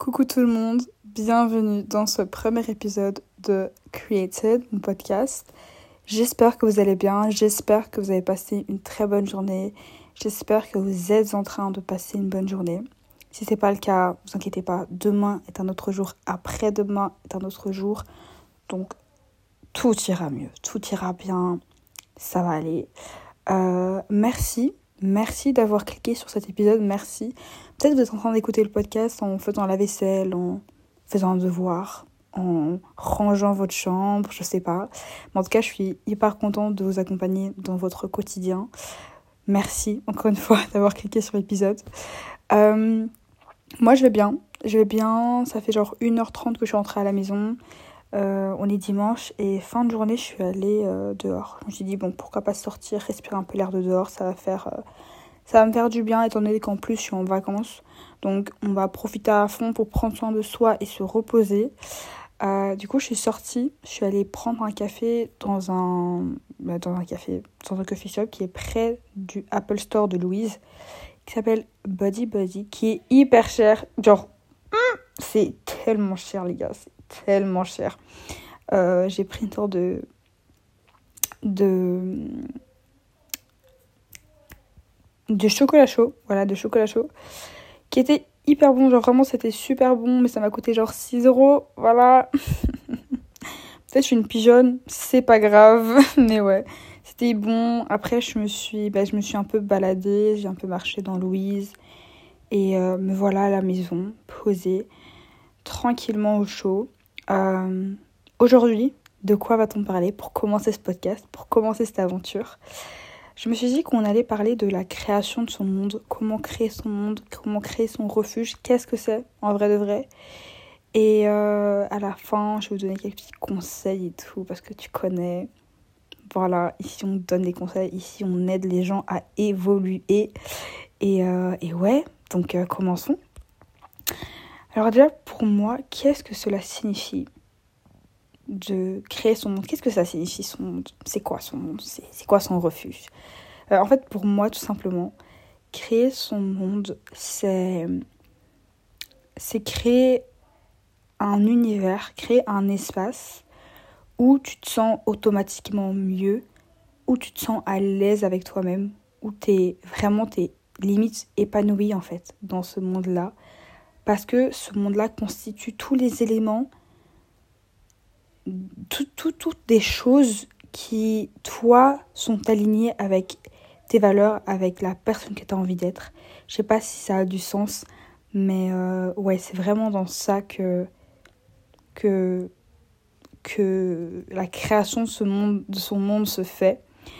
Coucou tout le monde, bienvenue dans ce premier épisode de Created, mon podcast. J'espère que vous allez bien, j'espère que vous avez passé une très bonne journée, j'espère que vous êtes en train de passer une bonne journée. Si c'est pas le cas, vous inquiétez pas, demain est un autre jour, après-demain est un autre jour, donc tout ira mieux, tout ira bien, ça va aller. Merci d'avoir cliqué sur cet épisode, merci. Peut-être que vous êtes en train d'écouter le podcast en faisant la vaisselle, en faisant un devoir, en rangeant votre chambre, je sais pas. Mais en tout cas, je suis hyper contente de vous accompagner dans votre quotidien. Merci encore une fois d'avoir cliqué sur l'épisode. Moi, je vais bien. Ça fait genre 1h30 que je suis rentrée à la maison. On est dimanche et fin de journée, je suis allée dehors. Je me suis dit, bon, pourquoi pas sortir, respirer un peu l'air de dehors, ça va me faire du bien étant donné qu'en plus je suis en vacances. Donc on va profiter à fond pour prendre soin de soi et se reposer. Du coup je suis sortie, je suis allée prendre un café dans un coffee shop qui est près du Apple Store de Louise, qui s'appelle Buddy Buddy, qui est hyper cher. Genre, c'est tellement cher les gars, c'est tellement cher. J'ai pris une sorte de chocolat chaud, qui était hyper bon, genre vraiment c'était super bon, mais ça m'a coûté genre 6€, voilà. Peut-être je suis une pigeonne, c'est pas grave, mais ouais, c'était bon. Après je me suis un peu baladée, j'ai un peu marché dans Louise, et me voilà à la maison, posée, tranquillement au chaud. Aujourd'hui, de quoi va-t-on parler pour commencer ce podcast, pour commencer cette aventure ? Je me suis dit qu'on allait parler de la création de son monde, comment créer son monde, comment créer son refuge, qu'est-ce que c'est en vrai de vrai. Et à la fin, je vais vous donner quelques petits conseils et tout, parce que tu connais. Voilà, ici on donne des conseils, ici on aide les gens à évoluer. Et ouais, donc commençons. Alors déjà, pour moi, qu'est-ce que cela signifie de créer son monde? Qu'est-ce que ça signifie son monde? C'est quoi son monde? C'est quoi son refuge? En fait, pour moi, tout simplement, créer son monde, c'est créer un univers, créer un espace où tu te sens automatiquement mieux, où tu te sens à l'aise avec toi-même, où t'es limite épanoui en fait dans ce monde-là, parce que ce monde-là constitue tous les éléments, toutes des choses qui, toi, sont alignées avec tes valeurs, avec la personne que tu as envie d'être. Je sais pas si ça a du sens, mais ouais, c'est vraiment dans ça que la création de son monde se fait.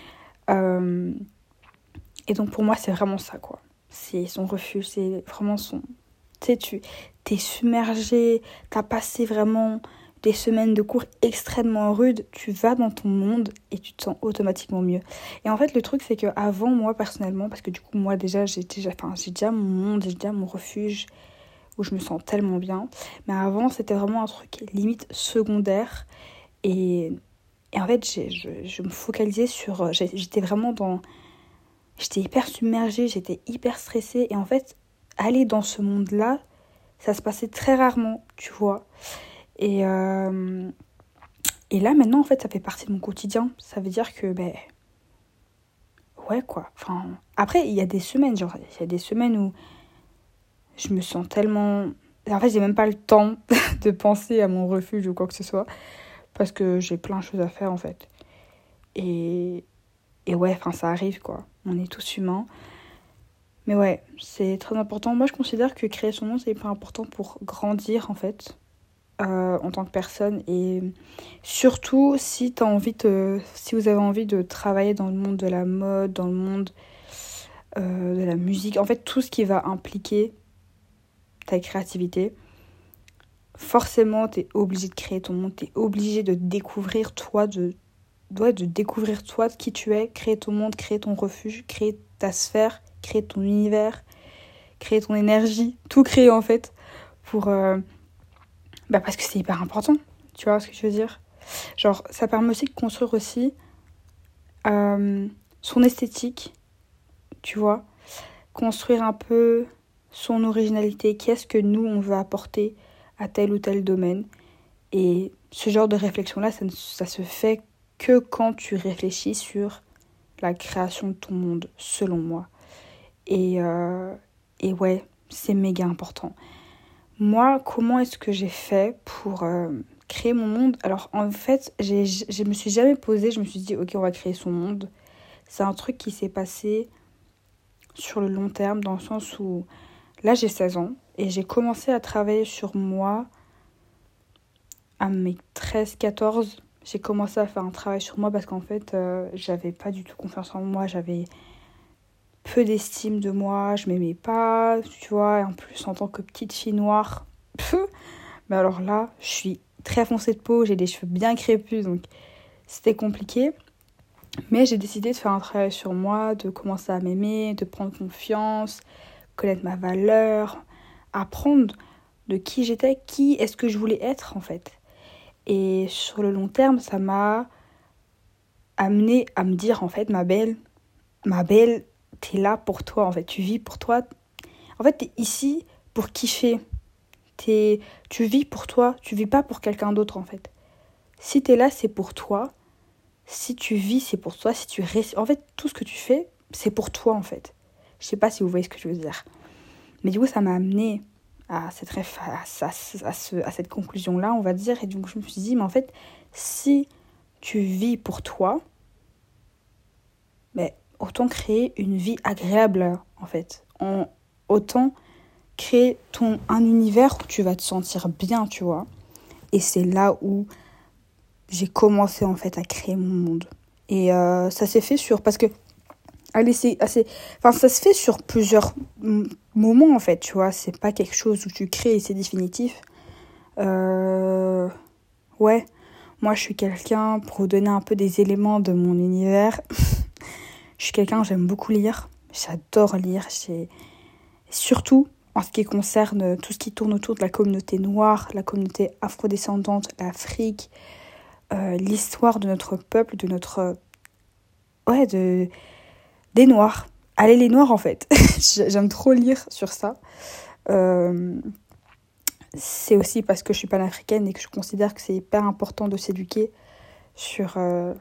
Et donc pour moi, c'est vraiment ça, quoi. C'est son refuge, c'est vraiment son... Tu sais, t'es submergé, t'as passé vraiment des semaines de cours extrêmement rudes, tu vas dans ton monde et tu te sens automatiquement mieux. Et en fait, le truc, c'est qu'avant, moi, personnellement, parce que du coup, moi, déjà, j'ai déjà mon monde, j'ai déjà mon refuge où je me sens tellement bien. Mais avant, c'était vraiment un truc limite secondaire. Et en fait, je me focalisais sur... J'étais vraiment dans... J'étais hyper submergée, j'étais hyper stressée. Et en fait, aller dans ce monde-là, ça se passait très rarement, tu vois. Et là, maintenant, en fait, ça fait partie de mon quotidien. Ça veut dire que, ouais, quoi. Enfin, après, il y a des semaines où je me sens tellement... En fait, j'ai même pas le temps de penser à mon refuge ou quoi que ce soit. Parce que j'ai plein de choses à faire, en fait. Et ouais, enfin, ça arrive, quoi. On est tous humains. Mais ouais, c'est très important. Moi, je considère que créer son monde, c'est hyper important pour grandir, en fait. En tant que personne, et surtout si si vous avez envie de travailler dans le monde de la mode, dans le monde de la musique, en fait tout ce qui va impliquer ta créativité, forcément t'es obligé de créer ton monde, t'es obligé de découvrir toi, de découvrir toi, de qui tu es, créer ton monde, créer ton refuge, créer ta sphère, créer ton univers, créer ton énergie, tout créer en fait pour parce que c'est hyper important, tu vois ce que je veux dire? Genre, ça permet aussi de construire aussi son esthétique, tu vois? Construire un peu son originalité, qu'est-ce que nous, on veut apporter à tel ou tel domaine. Et ce genre de réflexion-là, ça se fait que quand tu réfléchis sur la création de ton monde, selon moi. Et ouais, c'est méga important. Moi, comment est-ce que j'ai fait pour créer mon monde? Alors, en fait, je me suis jamais posée, je me suis dit, ok, on va créer son monde. C'est un truc qui s'est passé sur le long terme, dans le sens où, là, j'ai 16 ans, et j'ai commencé à travailler sur moi à mes 13-14. J'ai commencé à faire un travail sur moi parce qu'en fait, j'avais pas du tout confiance en moi, j'avais peu d'estime de moi, je m'aimais pas, tu vois, et en plus en tant que petite fille noire, mais alors là, je suis très foncée de peau, j'ai des cheveux bien crépus, donc c'était compliqué. Mais j'ai décidé de faire un travail sur moi, de commencer à m'aimer, de prendre confiance, connaître ma valeur, apprendre de qui j'étais, qui est-ce que je voulais être en fait. Et sur le long terme, ça m'a amené à me dire en fait, ma belle, t'es là pour toi, en fait. Tu vis pour toi. En fait, t'es ici pour kiffer. Tu vis pour toi. Tu vis pas pour quelqu'un d'autre, en fait. Si t'es là, c'est pour toi. Si tu vis, c'est pour toi. En fait, tout ce que tu fais, c'est pour toi, en fait. Je sais pas si vous voyez ce que je veux dire. Mais du coup, ça m'a amené à cette conclusion-là, on va dire. Et donc, je me suis dit, mais en fait, si tu vis pour toi, mais autant créer une vie agréable, en fait. Autant créer un univers où tu vas te sentir bien, tu vois. Et c'est là où j'ai commencé, en fait, à créer mon monde. Et ça s'est fait parce que... Allez, ça se fait sur plusieurs moments, en fait, tu vois. C'est pas quelque chose où tu crées et c'est définitif. Ouais. Moi, je suis quelqu'un, pour vous donner un peu des éléments de mon univers... Je suis quelqu'un, j'aime beaucoup lire. J'adore lire. Surtout en ce qui concerne tout ce qui tourne autour de la communauté noire, la communauté afrodescendante, l'Afrique, l'histoire de notre peuple, des Noirs. Allez, les Noirs, en fait. J'aime trop lire sur ça. C'est aussi parce que je suis panafricaine et que je considère que c'est hyper important de s'éduquer sur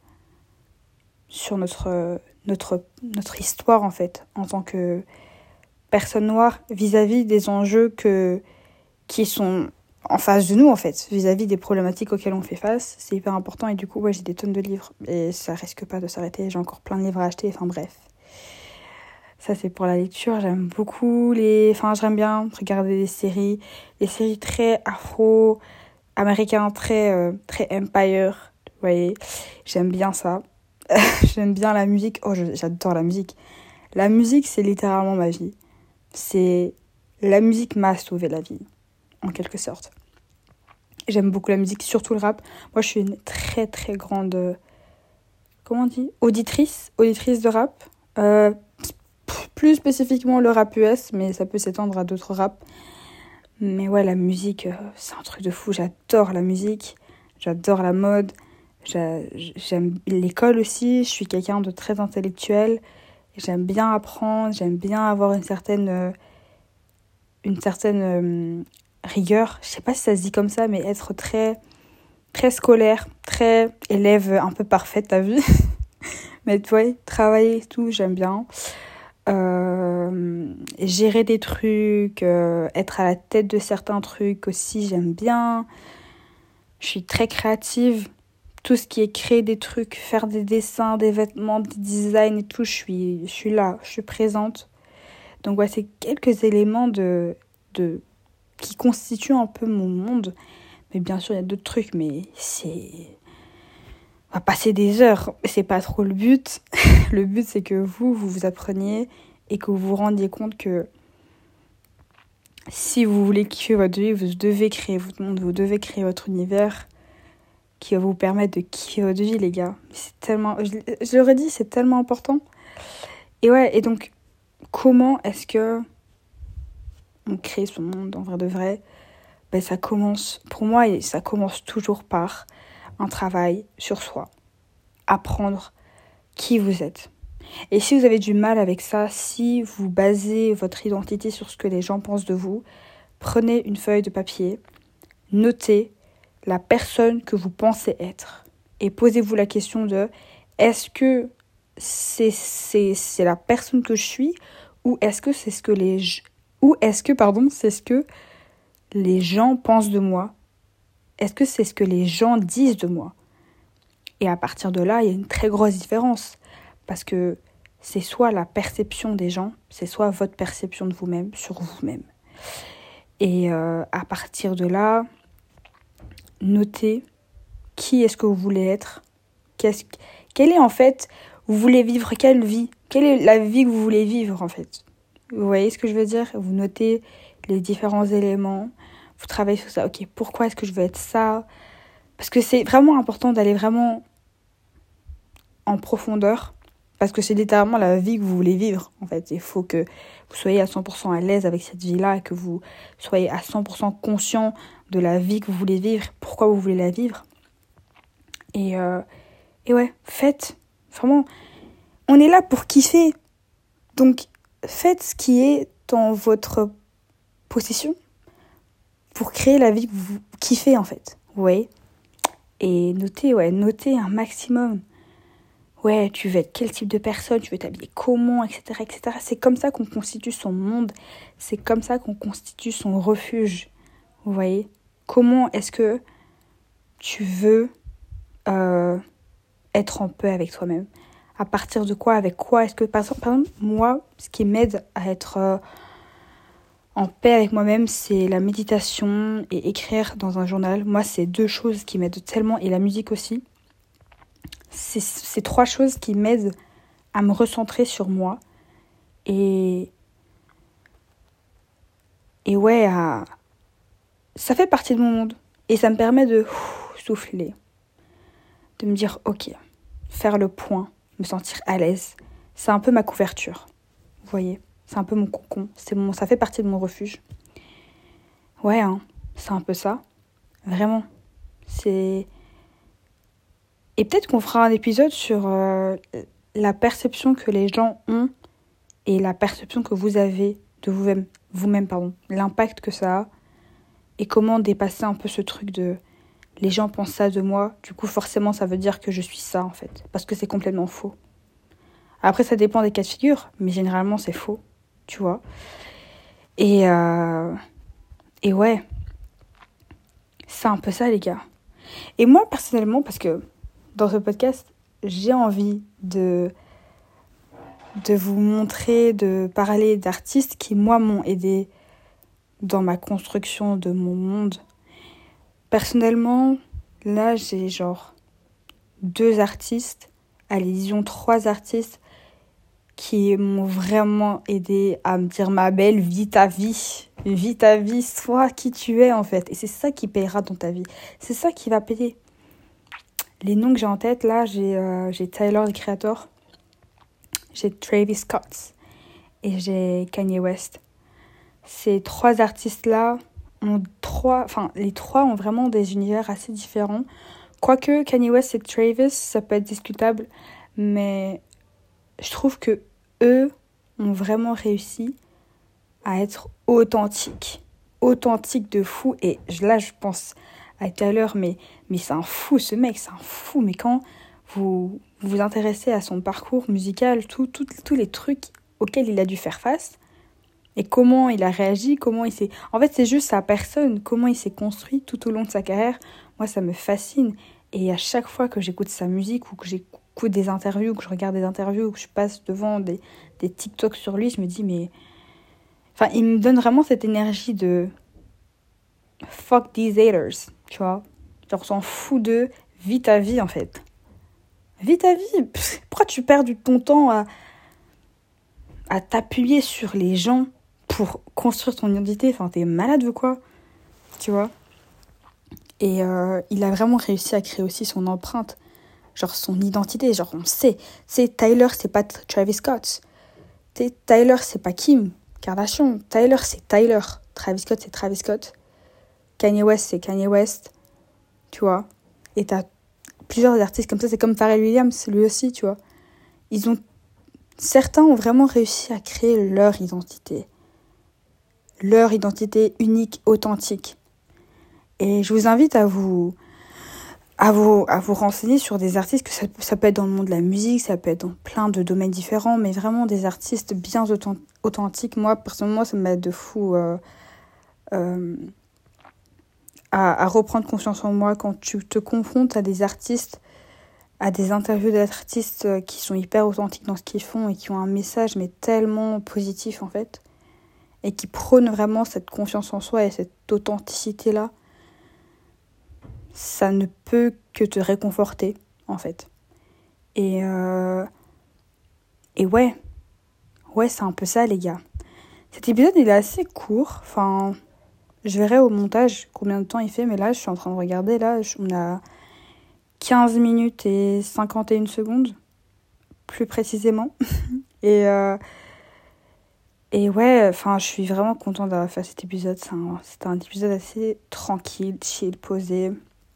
notre histoire, en fait, en tant que personne noire, vis-à-vis des enjeux qui sont en face de nous, en fait, vis-à-vis des problématiques auxquelles on fait face. C'est hyper important. Et du coup, ouais, j'ai des tonnes de livres et ça risque pas de s'arrêter. J'ai encore plein de livres à acheter. Enfin bref, ça c'est pour la lecture. J'aime beaucoup j'aime bien regarder des séries très afro-américains, très empire, vous voyez. J'aime bien ça. J'aime bien la musique. Oh, j'adore la musique. La musique, c'est littéralement ma vie. La musique m'a sauvé la vie, en quelque sorte. J'aime beaucoup la musique, surtout le rap. Moi, je suis une très, très grande... comment on dit ? Auditrice de rap. Plus spécifiquement le rap US, mais ça peut s'étendre à d'autres raps. Mais ouais, la musique, c'est un truc de fou. J'adore la musique. J'adore la mode. J'aime l'école aussi. Je suis quelqu'un de très intellectuel. J'aime bien apprendre. J'aime bien avoir une certaine rigueur. Je sais pas si ça se dit comme ça, mais être très, très scolaire, très élève un peu parfaite, t'as vu. Mais ouais, travailler et tout, j'aime bien. Gérer des trucs, être à la tête de certains trucs aussi, j'aime bien. Je suis très créative. Tout ce qui est créer des trucs, faire des dessins, des vêtements, des designs et tout, je suis là, je suis présente. Donc ouais, c'est quelques éléments qui constituent un peu mon monde. Mais bien sûr, il y a d'autres trucs, mais on va passer des heures. C'est pas trop le but. Le but, c'est que vous appreniez et que vous vous rendiez compte que si vous voulez kiffer votre vie, vous devez créer votre monde, vous devez créer votre univers qui va vous permettre de kiffer votre vie, les gars. C'est tellement... Je l'aurais dit, c'est tellement important. Et ouais, et donc, comment est-ce que on crée son monde en vrai de vrai? Ça commence, pour moi, ça commence toujours par un travail sur soi. Apprendre qui vous êtes. Et si vous avez du mal avec ça, si vous basez votre identité sur ce que les gens pensent de vous, prenez une feuille de papier, notez la personne que vous pensez être et posez-vous la question de est-ce que c'est la personne que je suis ou est-ce que c'est ce que c'est ce que les gens pensent de moi? Est-ce que c'est ce que les gens disent de moi? Et à partir de là, il y a une très grosse différence parce que c'est soit la perception des gens, c'est soit votre perception de vous-même sur vous-même. Et à partir de là, notez qui est-ce que vous voulez être, quelle est en fait, vous voulez vivre quelle vie, quelle est la vie que vous voulez vivre en fait. Vous voyez ce que je veux dire? Vous notez les différents éléments, vous travaillez sur ça. Ok, pourquoi est-ce que je veux être ça? Parce que c'est vraiment important d'aller vraiment en profondeur. Parce que c'est littéralement la vie que vous voulez vivre, en fait. Il faut que vous soyez à 100% à l'aise avec cette vie-là, que vous soyez à 100% conscient de la vie que vous voulez vivre, pourquoi vous voulez la vivre. Et ouais, faites. Vraiment, on est là pour kiffer. Donc, faites ce qui est en votre possession pour créer la vie que vous kiffez, en fait. Vous voyez? Et notez un maximum. Ouais, tu veux être quel type de personne, tu veux t'habiller comment, etc., etc. C'est comme ça qu'on constitue son monde. C'est comme ça qu'on constitue son refuge. Vous voyez? Comment est-ce que tu veux être en paix avec toi-même? À partir de quoi? Avec quoi? Est-ce que, par exemple, moi, ce qui m'aide à être en paix avec moi-même, c'est la méditation et écrire dans un journal. Moi, c'est 2 choses qui m'aident tellement, et la musique aussi. C'est 3 choses qui m'aident à me recentrer sur moi et ouais, ça fait partie de mon monde et ça me permet de souffler, de me dire ok, faire le point, me sentir à l'aise. C'est un peu ma couverture, vous voyez, c'est un peu mon cocon, ça fait partie de mon refuge. Ouais, hein, c'est un peu ça, vraiment. Et peut-être qu'on fera un épisode sur la perception que les gens ont et la perception que vous avez de vous-même, l'impact que ça a et comment dépasser un peu ce truc de les gens pensent ça de moi, du coup forcément ça veut dire que je suis ça en fait, parce que c'est complètement faux. Après ça dépend des cas de figure, mais généralement c'est faux, tu vois. Et ouais, c'est un peu ça les gars. Et moi personnellement, parce que dans ce podcast, j'ai envie de vous montrer, de parler d'artistes qui, moi, m'ont aidé dans ma construction de mon monde. Personnellement, là, j'ai 2 artistes, allez, disons 3 artistes qui m'ont vraiment aidé à me dire ma belle, vis ta vie, sois qui tu es en fait. Et c'est ça qui payera dans ta vie. C'est ça qui va payer. Les noms que j'ai en tête, là, j'ai Tyler, the Creator, j'ai Travis Scott et j'ai Kanye West. Ces 3 artistes-là les 3 ont vraiment des univers assez différents. Quoique Kanye West et Travis, ça peut être discutable, mais je trouve que eux ont vraiment réussi à être authentiques de fou. Et là, je pense à Tyler, mais c'est un fou, ce mec, c'est un fou. Mais quand vous vous intéressez à son parcours musical, tous les trucs auxquels il a dû faire face, et comment il a réagi, comment il s'est... En fait, c'est juste sa personne, comment il s'est construit tout au long de sa carrière. Moi, ça me fascine. Et à chaque fois que j'écoute sa musique, ou que j'écoute des interviews, ou que je regarde des interviews, ou que je passe devant des TikToks sur lui, je me dis, mais... Enfin, il me donne vraiment cette énergie de... Fuck these haters, tu vois. Genre, on s'en fout d'eux, vis ta vie, en fait. Vis ta vie. Pourquoi tu perds ton temps à t'appuyer sur les gens pour construire ton identité? Enfin, t'es malade ou quoi? Tu vois? Et il a vraiment réussi à créer aussi son empreinte. Genre son identité. Genre on sait. Tyler, c'est pas Travis Scott. Tyler, c'est pas Kim Kardashian. Tyler, c'est Tyler. Travis Scott, c'est Travis Scott. Kanye West, c'est Kanye West. Tu vois? Et t'as plusieurs artistes comme ça. C'est comme Pharrell Williams, lui aussi, tu vois? Ils ont Certains ont vraiment réussi à créer leur identité unique, authentique. Et je vous invite à vous renseigner sur des artistes, que ça peut être dans le monde de la musique, ça peut être dans plein de domaines différents, mais vraiment des artistes bien authentiques. Moi, personnellement, ça m'aide de fou à reprendre confiance en moi quand tu te confrontes à des artistes, à des interviews d'artistes qui sont hyper authentiques dans ce qu'ils font et qui ont un message mais tellement positif en fait, et qui prônent vraiment cette confiance en soi et cette authenticité-là. Ça ne peut que te réconforter, en fait. Et ouais, c'est un peu ça, les gars. Cet épisode, il est assez court. Enfin, je verrai au montage combien de temps il fait, mais là, je suis en train de regarder. Là, on a 15 minutes et 51 secondes, plus précisément. Et ouais, enfin, je suis vraiment contente d'avoir fait cet épisode. C'était un épisode assez tranquille, chill, posé.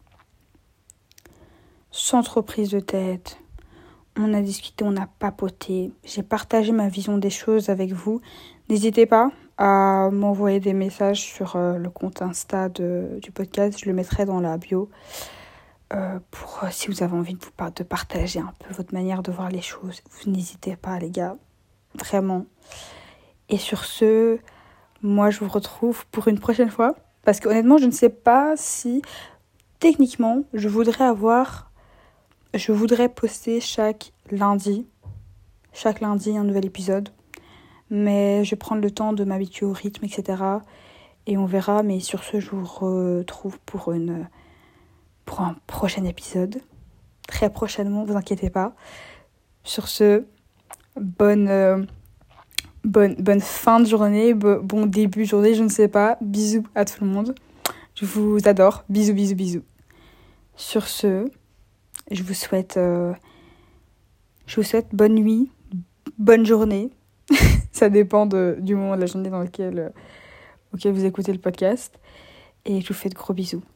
Sans trop prise de tête. On a discuté, on a papoté. J'ai partagé ma vision des choses avec vous. N'hésitez pas à m'envoyer des messages sur le compte Insta du podcast. Je le mettrai dans la bio. Pour si vous avez envie de partager un peu votre manière de voir les choses. Vous n'hésitez pas, les gars. Vraiment. Et sur ce, moi, je vous retrouve pour une prochaine fois. Parce que honnêtement, je ne sais pas si, techniquement, je voudrais poster chaque lundi un nouvel épisode. Mais je vais prendre le temps de m'habituer au rythme, etc. Et on verra. Mais sur ce, je vous retrouve pour un prochain épisode. Très prochainement, vous inquiétez pas. Sur ce, bonne fin de journée, bon début de journée, je ne sais pas. Bisous à tout le monde. Je vous adore. Bisous, bisous, bisous. Sur ce, je vous souhaite bonne nuit, bonne journée. Ça dépend du moment de la journée auquel vous écoutez le podcast. Et je vous fais de gros bisous.